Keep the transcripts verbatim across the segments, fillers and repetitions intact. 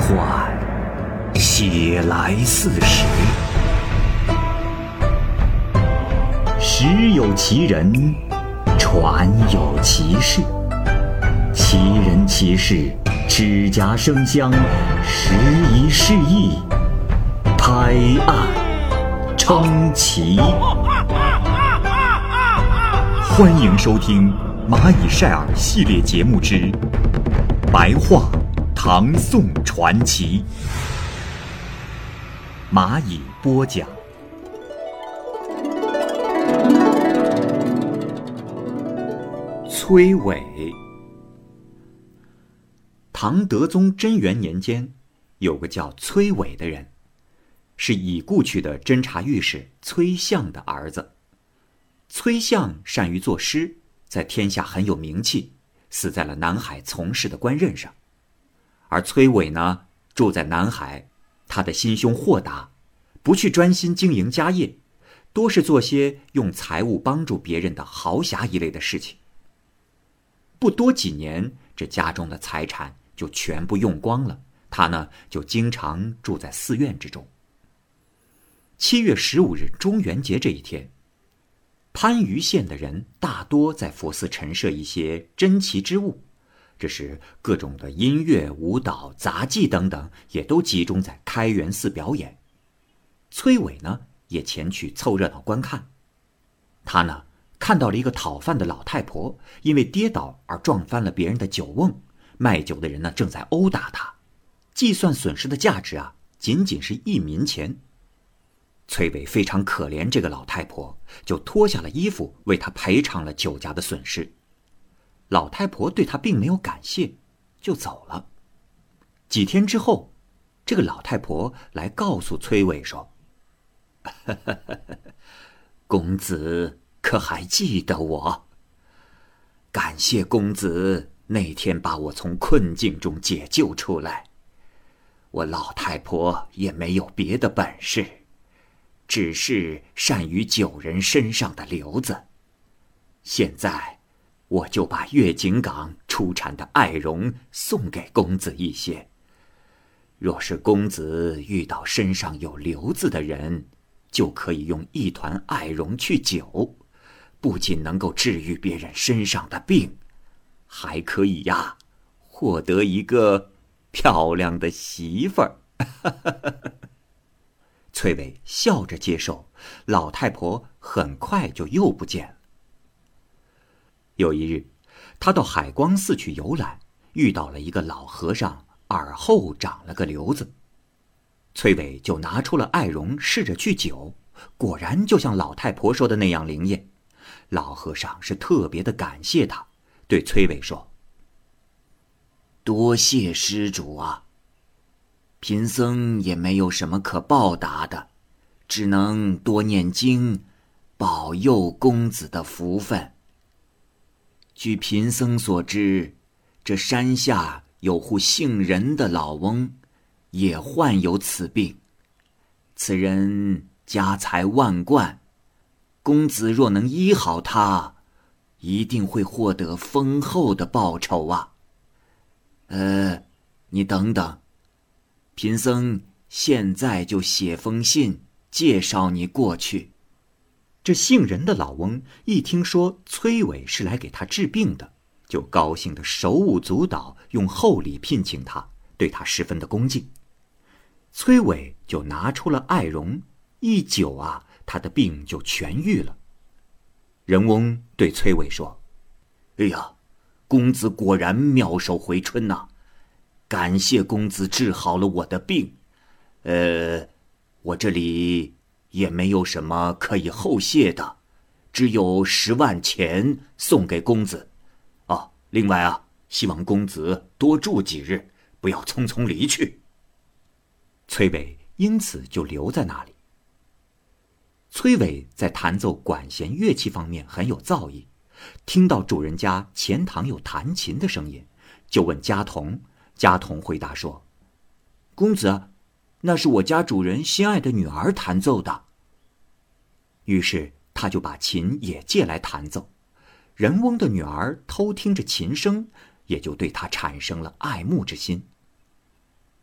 唤，写来四十。时有其人，传有其事。其人其事，指甲生香，时移世易，拍案称奇。欢迎收听蚂蚁晒尔系列节目之《白话唐宋传奇》，蚂蚁播讲。崔伟。唐德宗贞元年间，有个叫崔伟的人，是已故去的侦察御史崔相的儿子。崔相善于作诗，在天下很有名气，死在了南海从事的官任上。而崔伟呢，住在南海，他的心胸豁达，不去专心经营家业，多是做些用财物帮助别人的豪侠一类的事情。不多几年，这家中的财产就全部用光了，他呢就经常住在寺院之中。七月十五日中元节这一天，番禺县的人大多在佛寺陈设一些珍奇之物，这是各种的音乐、舞蹈、杂技等等，也都集中在开元寺表演。崔伟呢，也前去凑热闹观看。他呢，看到了一个讨饭的老太婆，因为跌倒而撞翻了别人的酒瓮，卖酒的人呢正在殴打他，计算损失的价值啊，仅仅是一民钱。崔伟非常可怜这个老太婆，就脱下了衣服为她赔偿了酒家的损失。老太婆对他并没有感谢，就走了。几天之后，这个老太婆来告诉崔伟说：公子可还记得我？感谢公子那天把我从困境中解救出来。我老太婆也没有别的本事，只是善于救人身上的瘤子。现在我就把月景港出产的艾绒送给公子一些。若是公子遇到身上有瘤子的人，就可以用一团艾绒去灸，不仅能够治愈别人身上的病，还可以呀，获得一个漂亮的媳妇儿。崔伟笑着接受，老太婆很快就又不见了。有一日，他到海光寺去游览，遇到了一个老和尚，耳后长了个瘤子。崔伟就拿出了艾绒试着去灸，果然就像老太婆说的那样灵验。老和尚是特别的感谢他，对崔伟说：多谢施主啊，贫僧也没有什么可报答的，只能多念经，保佑公子的福分。据贫僧所知，这山下有户姓任的老翁，也患有此病。此人家财万贯，公子若能医好他，一定会获得丰厚的报酬啊。呃，你等等，贫僧现在就写封信介绍你过去。这姓任的老翁一听说崔伟是来给他治病的，就高兴得手舞足蹈，用厚礼聘请他，对他十分的恭敬。崔伟就拿出了艾绒，一灸啊，他的病就痊愈了。任翁对崔伟说：哎呀，公子果然妙手回春呐、啊！感谢公子治好了我的病。呃，我这里也没有什么可以后谢的，只有十万钱送给公子。哦，另外啊，希望公子多住几日，不要匆匆离去。崔伟因此就留在那里。崔伟在弹奏管弦乐器方面很有造诣，听到主人家前堂有弹琴的声音，就问家童。家童回答说：公子，那是我家主人心爱的女儿弹奏的。于是他就把琴也借来弹奏。任翁的女儿偷听着琴声，也就对他产生了爱慕之心。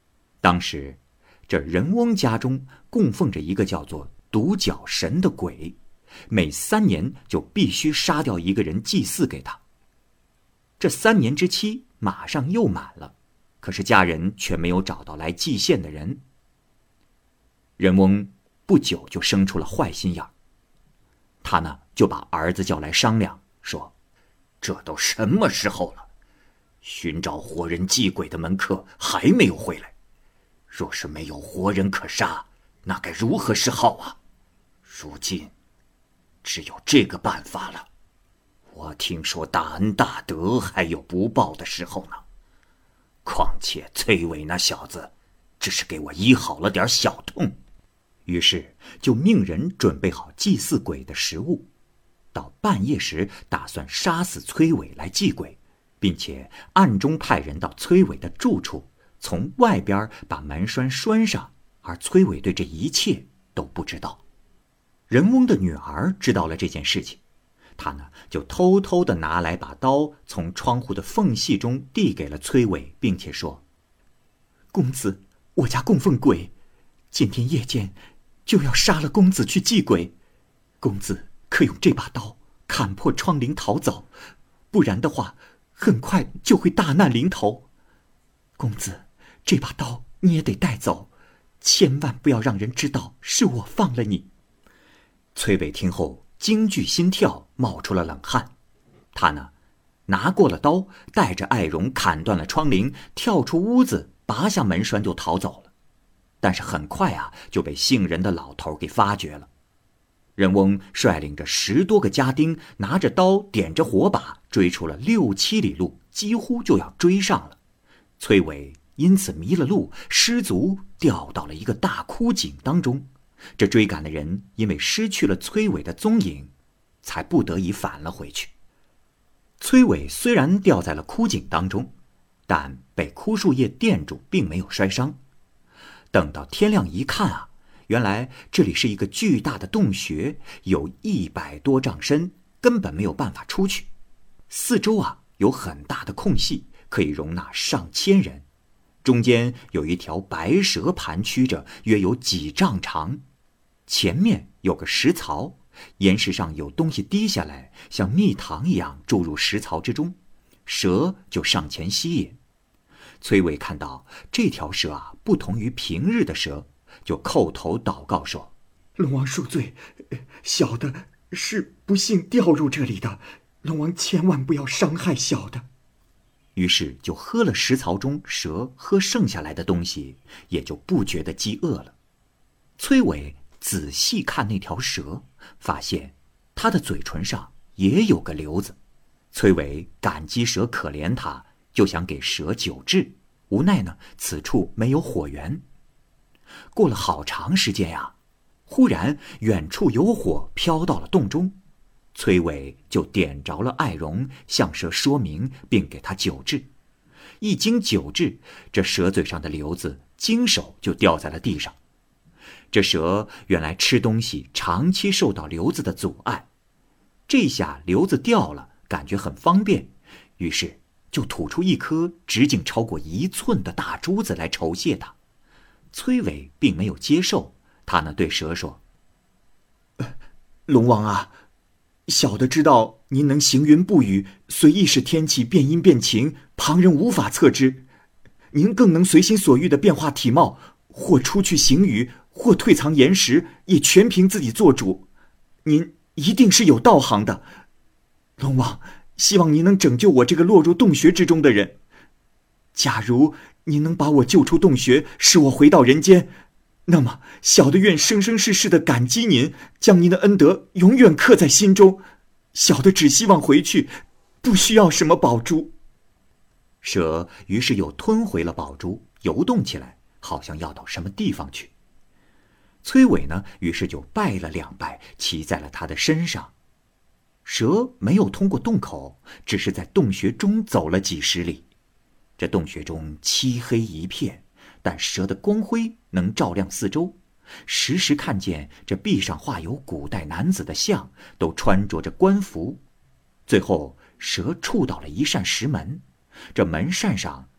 当时这人翁家中供奉着一个叫做独角神的鬼，每三年就必须杀掉一个人祭祀给他。这三年之期马上又满了，可是家人却没有找到来祭献的人。人翁不久就生出了坏心眼儿，他呢就把儿子叫来商量，说：这都什么时候了，寻找活人祭鬼的门客还没有回来，若是没有活人可杀，那该如何是好啊？如今只有这个办法了。我听说大恩大德还有不报的时候呢，况且崔伟那小子只是给我医好了点小痛。于是就命人准备好祭祀鬼的食物，到半夜时打算杀死崔伟来祭鬼，并且暗中派人到崔伟的住处，从外边把门栓拴上，而崔伟对这一切都不知道。人翁的女儿知道了这件事情，她呢就偷偷地拿来把刀，从窗户的缝隙中递给了崔伟，并且说：公子，我家供奉鬼，今天夜间就要杀了公子去祭鬼，公子可用这把刀砍破窗棂逃走，不然的话很快就会大难临头。公子，这把刀你也得带走，千万不要让人知道是我放了你。崔伟听后惊惧心跳，冒出了冷汗。他呢拿过了刀，带着艾荣砍断了窗棂，跳出屋子，拔下门栓就逃走了。但是很快啊就被姓任的老头给发觉了。任翁率领着十多个家丁，拿着刀点着火把，追出了六七里路，几乎就要追上了。崔伟因此迷了路，失足掉到了一个大枯井当中。这追赶的人因为失去了崔伟的踪影，才不得已返了回去。崔伟虽然掉在了枯井当中，但被枯树叶垫住，并没有摔伤。等到天亮一看啊，原来这里是一个巨大的洞穴，有一百多丈深，根本没有办法出去。四周啊有很大的空隙，可以容纳上千人。中间有一条白蛇盘曲着，约有几丈长。前面有个石槽，岩石上有东西滴下来，像蜜糖一样注入石槽之中，蛇就上前吸引。崔伟看到这条蛇啊不同于平日的蛇，就叩头祷告说：龙王恕罪，小的是不幸掉入这里的，龙王千万不要伤害小的。于是就喝了石槽中蛇喝剩下来的东西，也就不觉得饥饿了。崔伟仔细看那条蛇，发现它的嘴唇上也有个瘤子。崔伟感激蛇可怜他，就想给蛇救治，无奈呢此处没有火源。过了好长时间呀、啊，忽然远处有火飘到了洞中，崔伟就点着了艾绒，向蛇说明，并给他救治。一经救治，这蛇嘴上的瘤子经手就掉在了地上。这蛇原来吃东西长期受到瘤子的阻碍，这下瘤子掉了，感觉很方便，于是就吐出一颗直径超过一寸的大珠子来酬谢他。崔伟并没有接受，他呢对蛇说：呃、龙王啊，小的知道您能行云布雨，随意使天气变阴变晴，旁人无法测知。您更能随心所欲地变化体貌，或出去行雨，或退藏岩石，也全凭自己做主。您一定是有道行的，龙王希望您能拯救我这个落入洞穴之中的人。假如您能把我救出洞穴，使我回到人间，那么小的愿生生世世的感激您，将您的恩德永远刻在心中。小的只希望回去，不需要什么宝珠。蛇于是又吞回了宝珠，游动起来，好像要到什么地方去。崔伟呢，于是就拜了两拜，骑在了他的身上。蛇没有通过洞口，只是在洞穴中走了几十里。这洞穴中漆黑一片，但蛇的光辉能照亮四周，时时看见这壁上画有古代男子的像，都穿着着官服。最后蛇触到了一扇石门，这门扇上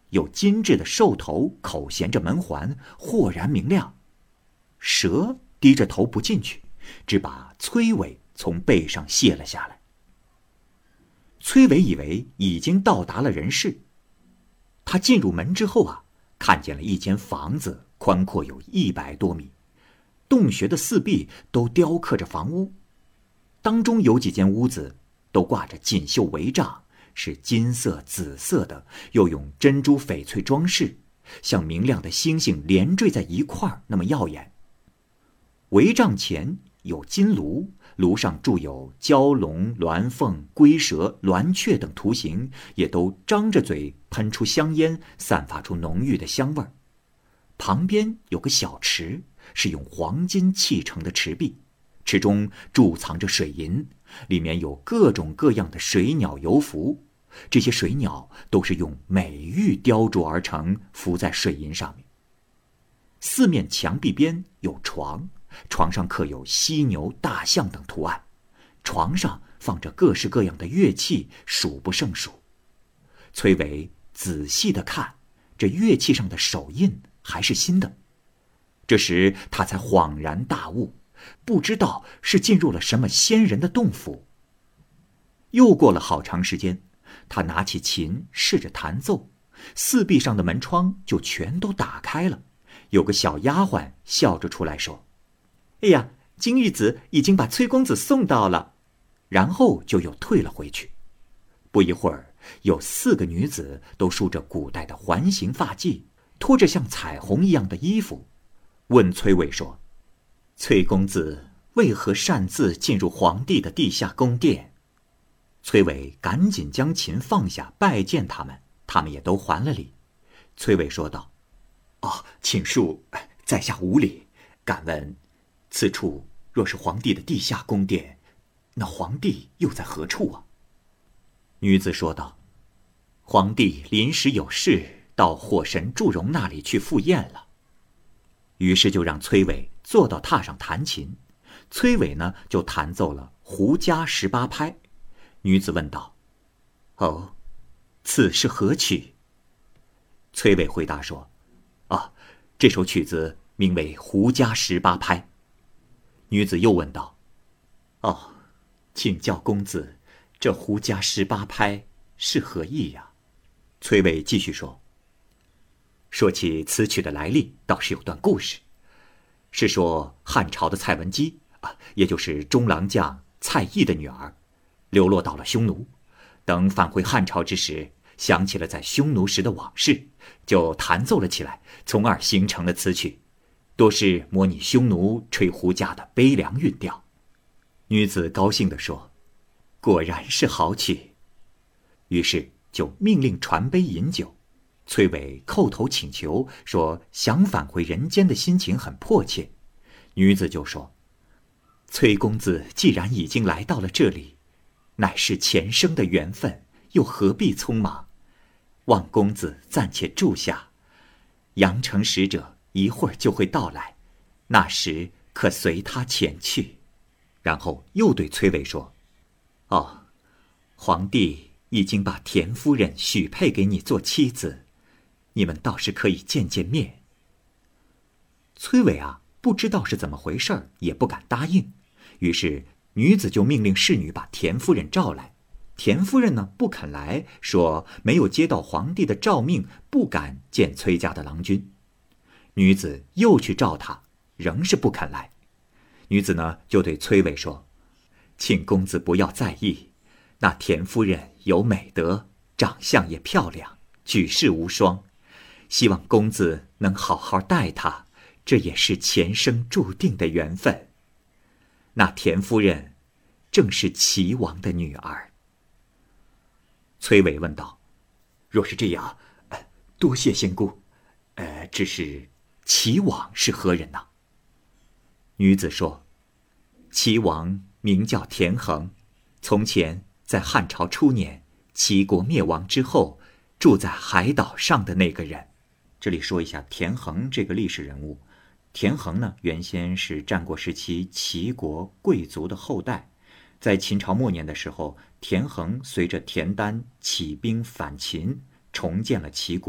有精致的兽头口衔着门环，豁然明亮。蛇低着头不进去，只把崔伟从背上卸了下来。崔伟以为已经到达了人世，他进入门之后啊，看见了一间房子，宽阔有一百多米，洞穴的四壁都雕刻着房屋，当中有几间屋子都挂着锦绣帷帐，是金色、紫色的，又用珍珠翡翠装饰，像明亮的星星连缀在一块儿那么耀眼。帷帐前有金炉，炉上铸有蛟龙、鸾凤、龟蛇、鸾雀等图形，也都张着嘴喷出香烟，散发出浓郁的香味儿。旁边有个小池，是用黄金砌成的池壁，池中贮藏着水银，里面有各种各样的水鸟游浮，这些水鸟都是用美玉雕琢而成，浮在水银上面。四面墙壁边有床，床上刻有犀牛、大象等图案，床上放着各式各样的乐器，数不胜数。崔伟仔细地看，这乐器上的手印还是新的。这时他才恍然大悟，不知道是进入了什么仙人的洞府。又过了好长时间，他拿起琴试着弹奏，四壁上的门窗就全都打开了。有个小丫鬟笑着出来说：“哎呀，金玉子已经把崔公子送到了。”然后就又退了回去。不一会儿，有四个女子都梳着古代的环形发髻，拖着像彩虹一样的衣服，问崔伟说：“崔公子为何擅自进入皇帝的地下宫殿？”崔伟赶紧将琴放下，拜见他们，他们也都还了礼。崔伟说道：“哦，请恕在下无礼。敢问，此处若是皇帝的地下宫殿，那皇帝又在何处啊？”女子说道：“皇帝临时有事，到火神祝融那里去赴宴了。”于是就让崔伟坐到榻上弹琴，崔伟呢就弹奏了《胡笳十八拍》。女子问道：“哦，此是何曲？”崔伟回答说：“啊，这首曲子名为《胡笳十八拍》。”女子又问道：“哦，请教公子，这《胡笳十八拍》是何意呀？”崔伟继续说：“说起此曲的来历，倒是有段故事。是说汉朝的蔡文姬啊，也就是中郎将蔡邕的女儿，流落到了匈奴。等返回汉朝之时，想起了在匈奴时的往事，就弹奏了起来，从而形成了此曲，多是模拟匈奴吹胡笳的悲凉韵调。”女子高兴地说：“果然是好曲。”于是就命令传杯饮酒。崔伟叩头请求说想返回人间的心情很迫切。女子就说：“崔公子既然已经来到了这里，乃是前生的缘分，又何必匆忙？望公子暂且住下，阳城使者一会儿就会到来，那时可随他前去。”然后又对崔伟说：“哦，皇帝已经把田夫人许配给你做妻子，你们倒是可以见见面。”崔伟啊，不知道是怎么回事，也不敢答应。于是女子就命令侍女把田夫人召来。田夫人呢不肯来，说没有接到皇帝的诏命，不敢见崔家的郎君。女子又去召他，仍是不肯来。女子呢就对崔伟说：“请公子不要在意，那田夫人有美德，长相也漂亮，举世无双，希望公子能好好待她，这也是前生注定的缘分。那田夫人正是齐王的女儿。”崔伟问道：“若是这样，呃、多谢仙姑。呃，只是齐王是何人呢？”女子说：“齐王名叫田横，从前在汉朝初年，齐国灭亡之后，住在海岛上的那个人。”这里说一下田横这个历史人物。田横呢，原先是战国时期齐国贵族的后代。在秦朝末年的时候，田横随着田丹起兵反秦，重建了齐国，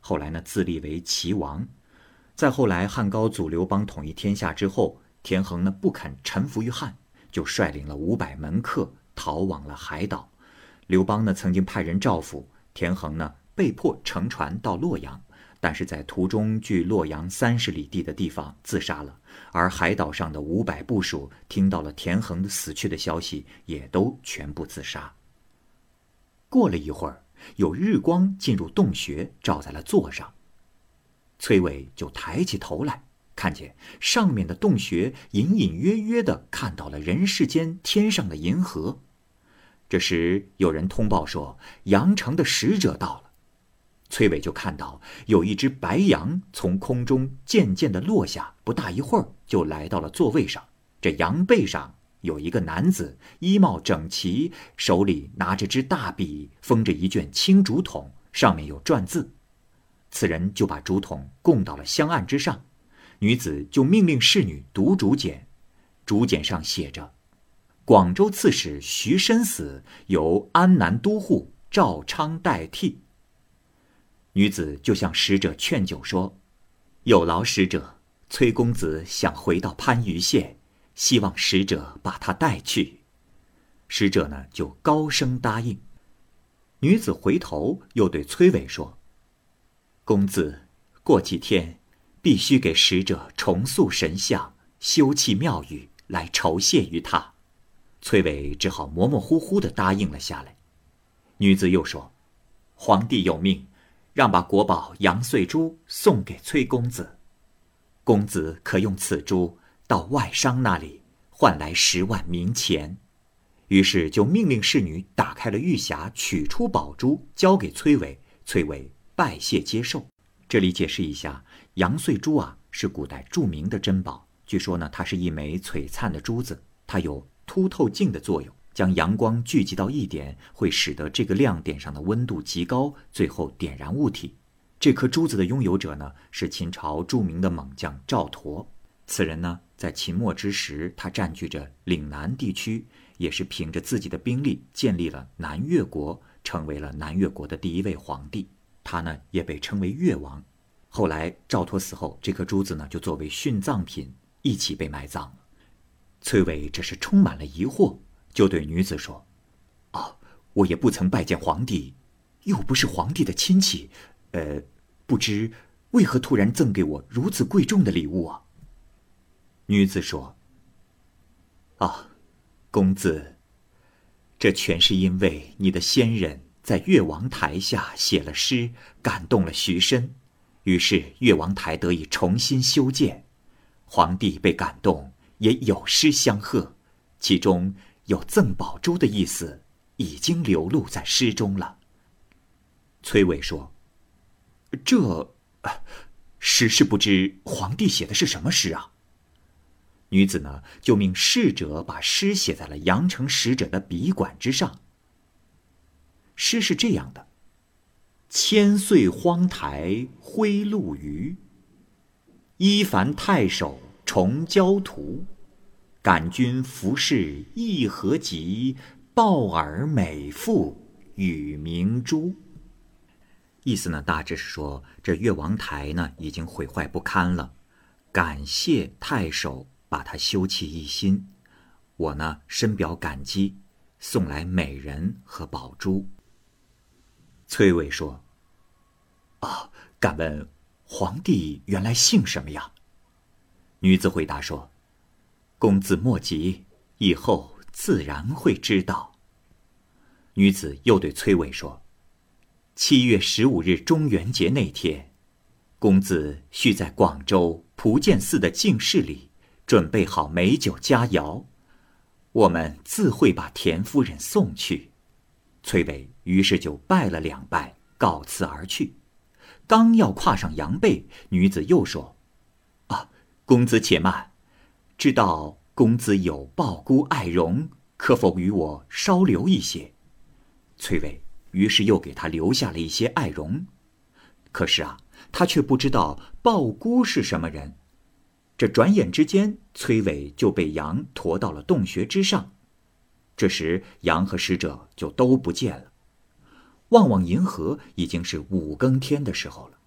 后来呢自立为齐王。再后来汉高祖刘邦统一天下之后，田横呢不肯臣服于汉，就率领了五百门客逃往了海岛。刘邦呢曾经派人照拂，田横呢被迫乘船到洛阳，但是在途中距洛阳三十里地的地方自杀了。而海岛上的五百部属听到了田横的死去的消息，也都全部自杀。过了一会儿，有日光进入洞穴，照在了座上。崔伟就抬起头来，看见上面的洞穴隐隐约约地看到了人世间天上的银河。这时有人通报说，阳城的使者到了。崔伟就看到有一只白羊从空中渐渐地落下，不大一会儿就来到了座位上。这羊背上有一个男子，衣帽整齐，手里拿着支大笔，封着一卷青竹筒，上面有篆字。此人就把竹筒供到了香案之上，女子就命令侍女读竹简，竹简上写着：广州刺史徐申死，由安南都护赵昌代替。女子就向使者劝酒说：有劳使者，崔公子想回到番禺县，希望使者把他带去。使者呢就高声答应。女子回头又对崔伟说：公子，过几天必须给使者重塑神像，修葺庙宇，来酬谢于他。崔伟只好模模糊糊地答应了下来。女子又说：皇帝有命，让把国宝杨穗珠送给崔公子，公子可用此珠到外商那里换来十万冥钱。于是就命令侍女打开了玉匣，取出宝珠交给崔伟。崔伟拜谢接受。这里解释一下，杨穗珠啊是古代著名的珍宝。据说呢，它是一枚璀璨的珠子，它有凸透镜的作用，将阳光聚集到一点，会使得这个亮点上的温度极高，最后点燃物体。这颗珠子的拥有者呢，是秦朝著名的猛将赵佗。此人呢，在秦末之时，他占据着岭南地区，也是凭着自己的兵力建立了南越国，成为了南越国的第一位皇帝。他呢也被称为越王。后来赵佗死后，这颗珠子呢就作为殉葬品一起被埋葬了。崔伟这是充满了疑惑，就对女子说：哦，我也不曾拜见皇帝，又不是皇帝的亲戚，呃，不知为何突然赠给我如此贵重的礼物啊？女子说：啊，公子，这全是因为你的先人在越王台下写了诗，感动了徐申，于是越王台得以重新修建。皇帝被感动，也有诗相贺，其中有赠宝珠的意思，已经流露在诗中了。崔伟说：这诗是不知皇帝写的是什么诗啊？女子呢就命侍者把诗写在了阳城使者的笔管之上。诗是这样的：千岁荒台灰露余，伊凡太守重焦图，感君服饰一何急，抱尔美妇与明珠。意思呢大致是说，这越王台呢已经毁坏不堪了，感谢太守把它修葺一新，我呢深表感激，送来美人和宝珠。崔伟说：啊，敢问皇帝原来姓什么呀？女子回答说：公子莫急，以后自然会知道。女子又对崔伟说：七月十五日中元节那天，公子需在广州蒲剑寺的净室里准备好美酒佳肴，我们自会把田夫人送去。崔伟于是就拜了两拜，告辞而去。刚要跨上羊背，女子又说：啊，公子且慢，知道公子有鲍菇爱蓉，可否与我稍留一些？崔伟于是又给他留下了一些爱蓉。可是啊，他却不知道鲍菇是什么人。这转眼之间，崔伟就被羊驮到了洞穴之上。这时羊和使者就都不见了。望望银河，已经是五更天的时候了。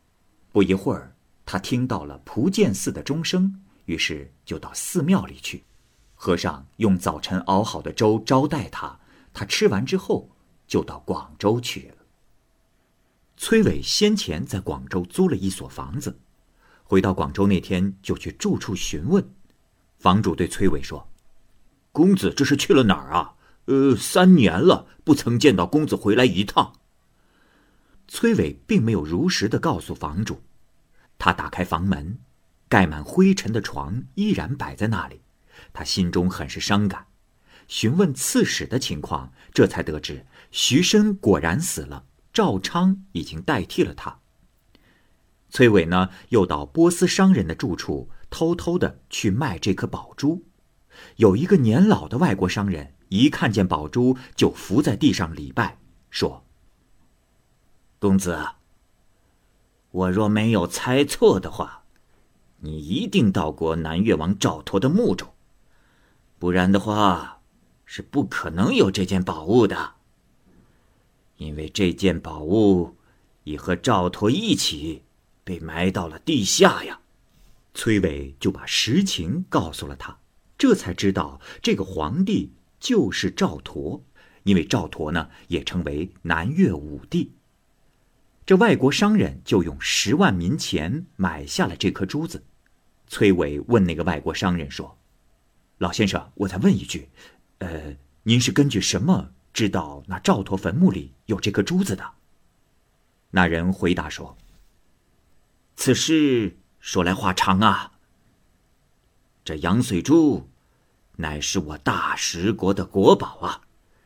不一会儿，他听到了蒲剑寺的钟声，于是就到寺庙里去。和尚用早晨熬好的粥招待他，他吃完之后就到广州去了。崔伟先前在广州租了一所房子，回到广州那天就去住处询问。房主对崔伟说：“公子这是去了哪儿啊？呃，三年了，不曾见到公子回来一趟。”崔伟并没有如实地告诉房主。他打开房门，盖满灰尘的床依然摆在那里，他心中很是伤感。询问刺史的情况，这才得知徐申果然死了，赵昌已经代替了他。崔伟呢，又到波斯商人的住处，偷偷地去卖这颗宝珠。有一个年老的外国商人，一看见宝珠就伏在地上礼拜，说：“公子，我若没有猜错的话，你一定到过南越王赵佗的墓中，不然的话是不可能有这件宝物的，因为这件宝物已和赵佗一起被埋到了地下呀。”崔伟就把实情告诉了他，这才知道这个皇帝就是赵佗，因为赵佗呢也称为南越武帝。这外国商人就用十万民钱买下了这颗珠子。崔伟问那个外国商人说：“老先生，我再问一句，呃，您是根据什么知道那赵佗坟墓里有这颗珠子的？”那人回答说：“此事说来话长啊。这阳水珠乃是我大食国的国宝啊。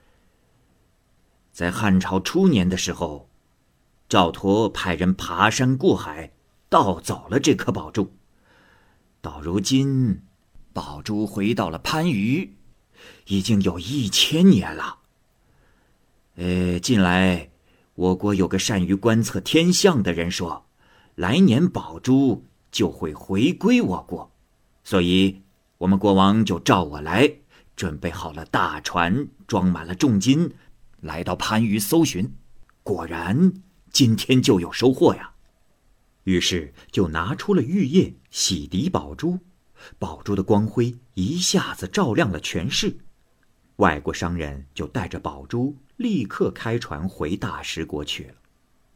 在汉朝初年的时候，赵佗派人爬山过海，盗走了这颗宝珠。到如今，宝珠回到了番禺，已经有一千年了。呃，近来我国有个善于观测天象的人说，来年宝珠就会回归我国，所以我们国王就召我来，准备好了大船，装满了重金，来到番禺搜寻。果然今天就有收获呀。于是就拿出了玉液洗涤宝珠，宝珠的光辉一下子照亮了全市。外国商人就带着宝珠立刻开船回大食国去了。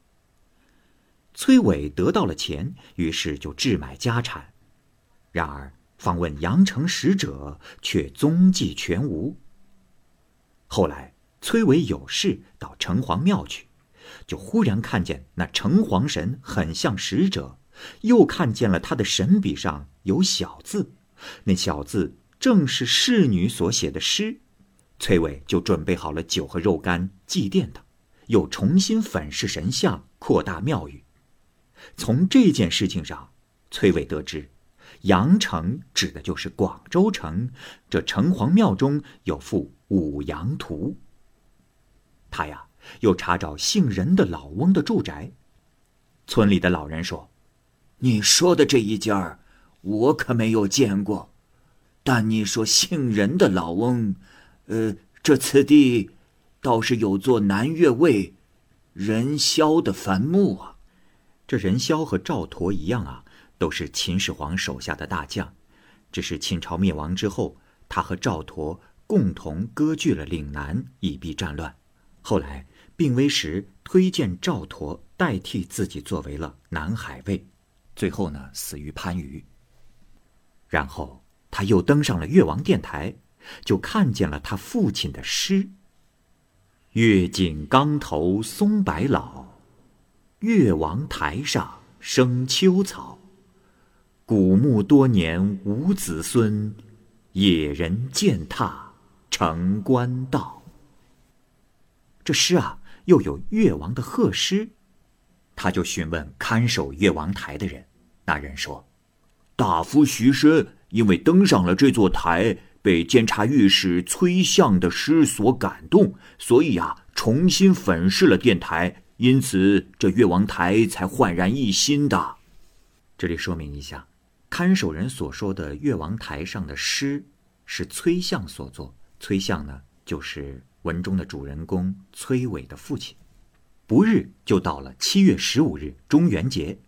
崔伟得到了钱，于是就置买家产。然而访问阳城使者，却踪迹全无。后来崔伟有事到城隍庙去，就忽然看见那城隍神很像使者，又看见了他的神笔上有小字，那小字正是侍女所写的诗。崔伟就准备好了酒和肉干祭奠他，又重新粉饰神像，扩大庙宇。从这件事情上，崔伟得知阳城指的就是广州城，这城隍庙中有幅五羊图。他呀又查找姓任的老翁的住宅。村里的老人说：“你说的这一家我可没有见过，但你说姓任的老翁，呃，这此地倒是有座南越尉任嚣的坟墓啊。”这任嚣和赵佗一样啊，都是秦始皇手下的大将，只是秦朝灭亡之后，他和赵佗共同割据了岭南，以避战乱。后来病危时推荐赵佗代替自己作为了南海尉，最后呢死于番禺。然后他又登上了越王殿台，就看见了他父亲的诗：“越尽冈头松柏老，越王台上生秋草。古墓多年无子孙，野人践踏城关道。”这诗啊，又有越王的贺诗。他就询问看守越王台的人，那人说：“大夫徐申因为登上了这座台，被监察御史崔相的诗所感动，所以啊，重新粉饰了殿台，因此这越王台才焕然一新的。”这里说明一下，看守人所说的越王台上的诗是崔相所作，崔相呢就是文中的主人公崔伟的父亲。不日就到了七月十五日中元节，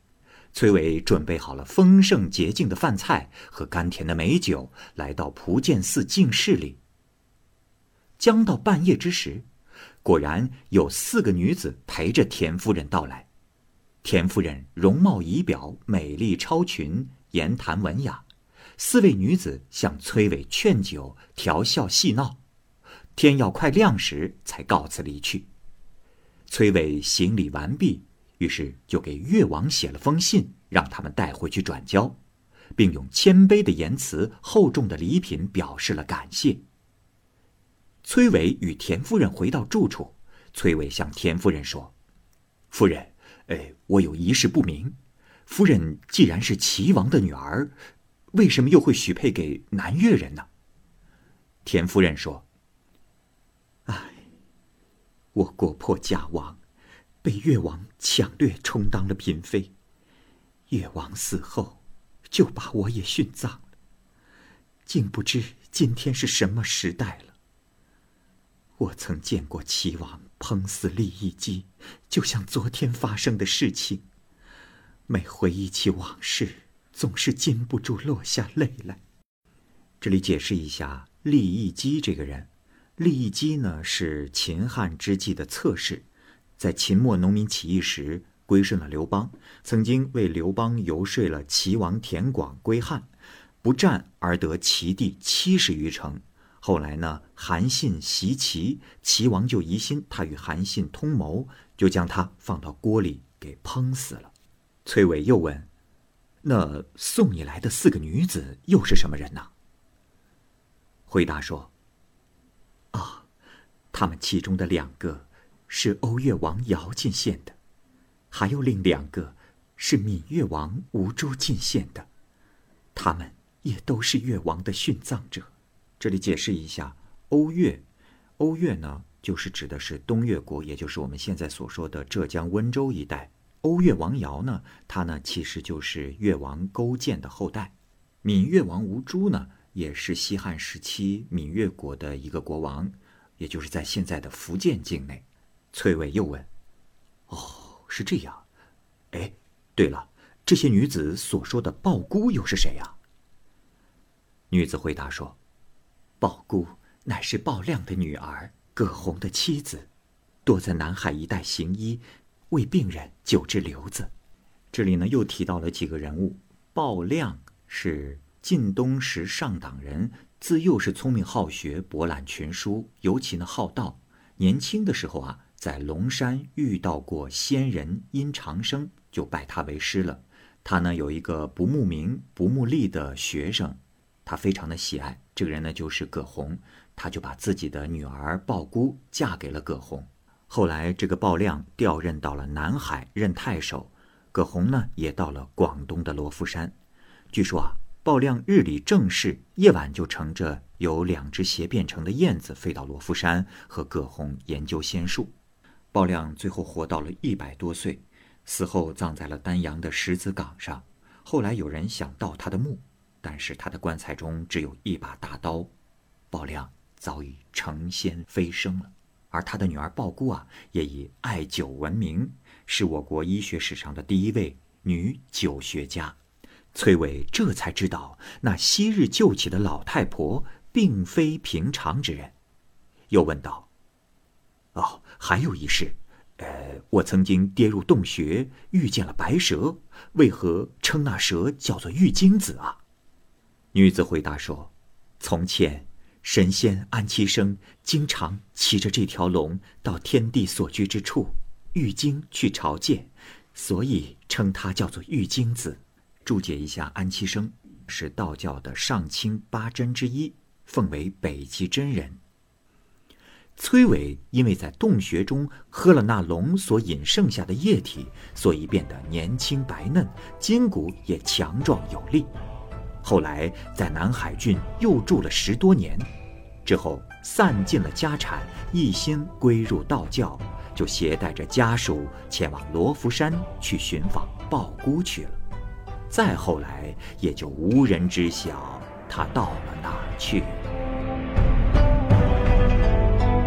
崔伟准备好了丰盛洁净的饭菜和甘甜的美酒，来到蒲剑寺净室里。将到半夜之时，果然有四个女子陪着田夫人到来。田夫人容貌仪表美丽超群，言谈文雅。四位女子向崔伟劝酒，调笑戏闹。天要快亮时才告辞离去。崔伟行礼完毕，于是就给越王写了封信，让他们带回去转交，并用谦卑的言辞、厚重的礼品表示了感谢。崔伟与田夫人回到住处，崔伟向田夫人说：“夫人，哎，我有一事不明。夫人既然是齐王的女儿，为什么又会许配给南越人呢？”田夫人说：“唉，我国破家亡，被越王抢掠充当了嫔妃。越王死后，就把我也殉葬了。竟不知今天是什么时代了。我曾见过齐王烹死利益姬，就像昨天发生的事情。每回忆起往事，总是禁不住落下泪来。”这里解释一下利益姬这个人。利益姬呢，是秦汉之际的侧室，在秦末农民起义时归顺了刘邦，曾经为刘邦游说了齐王田广归汉，不战而得齐地七十余城。后来呢，韩信袭齐，齐王就疑心他与韩信通谋，就将他放到锅里给烹死了。崔伟又问：“那送你来的四个女子又是什么人呢？”回答说：“啊，他们其中的两个是欧越王姚进献的，还有另两个是闽越王吴珠进献的，他们也都是越王的殉葬者。”这里解释一下，欧越，欧越呢，就是指的是东越国，也就是我们现在所说的浙江温州一带。欧越王姚呢，他呢其实就是越王勾践的后代。闽越王吴珠呢，也是西汉时期闽越国的一个国王，也就是在现在的福建境内。崔伟又问：“哦，是这样。哎，对了，这些女子所说的鲍姑又是谁呀？”女子回答说：“鲍姑乃是鲍亮的女儿，葛洪的妻子，多在南海一带行医，为病人救治瘤子。”这里呢又提到了几个人物。鲍亮是晋东时上党人，自幼是聪明好学，博览群书，尤其呢好道。年轻的时候啊，在龙山遇到过仙人殷长生，就拜他为师了。他呢有一个不慕名不慕利的学生，他非常的喜爱。这个人呢就是葛洪，他就把自己的女儿鲍姑嫁给了葛洪。后来这个鲍亮调任到了南海任太守，葛洪呢也到了广东的罗浮山。据说啊，鲍亮日理政事，夜晚就乘着由两只鞋变成的燕子飞到罗浮山，和葛洪研究仙术。鲍亮最后活到了一百多岁，死后葬在了丹阳的石子岗上。后来有人想盗他的墓，但是他的棺材中只有一把大刀。鲍亮早已成仙飞升了，而他的女儿鲍姑啊，也以爱酒闻名，是我国医学史上的第一位女酒学家。崔伟这才知道，那昔日救起的老太婆并非平常之人。又问道：“哦，还有一事，呃，我曾经跌入洞穴，遇见了白蛇，为何称那蛇叫做玉京子啊？”女子回答说：“从前神仙安七生经常骑着这条龙到天帝所居之处玉京去朝见，所以称它叫做玉京子。”注解一下，安七生是道教的上清八真之一，奉为北极真人。崔伟因为在洞穴中喝了那龙所饮剩下的液体，所以变得年轻白嫩，筋骨也强壮有力。后来在南海郡又住了十多年，之后散尽了家产，一心归入道教，就携带着家属前往罗浮山去寻访鲍姑去了。再后来也就无人知晓他到了哪儿去。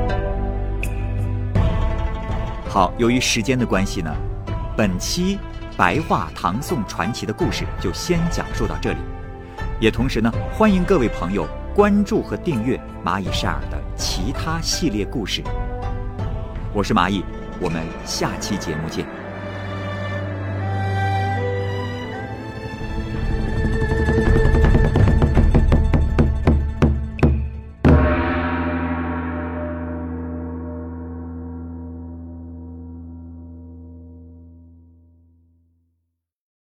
好，由于时间的关系呢，本期白话唐宋传奇的故事就先讲述到这里，也同时呢，欢迎各位朋友关注和订阅蚂蚁晒尔的其他系列故事。我是蚂蚁，我们下期节目见。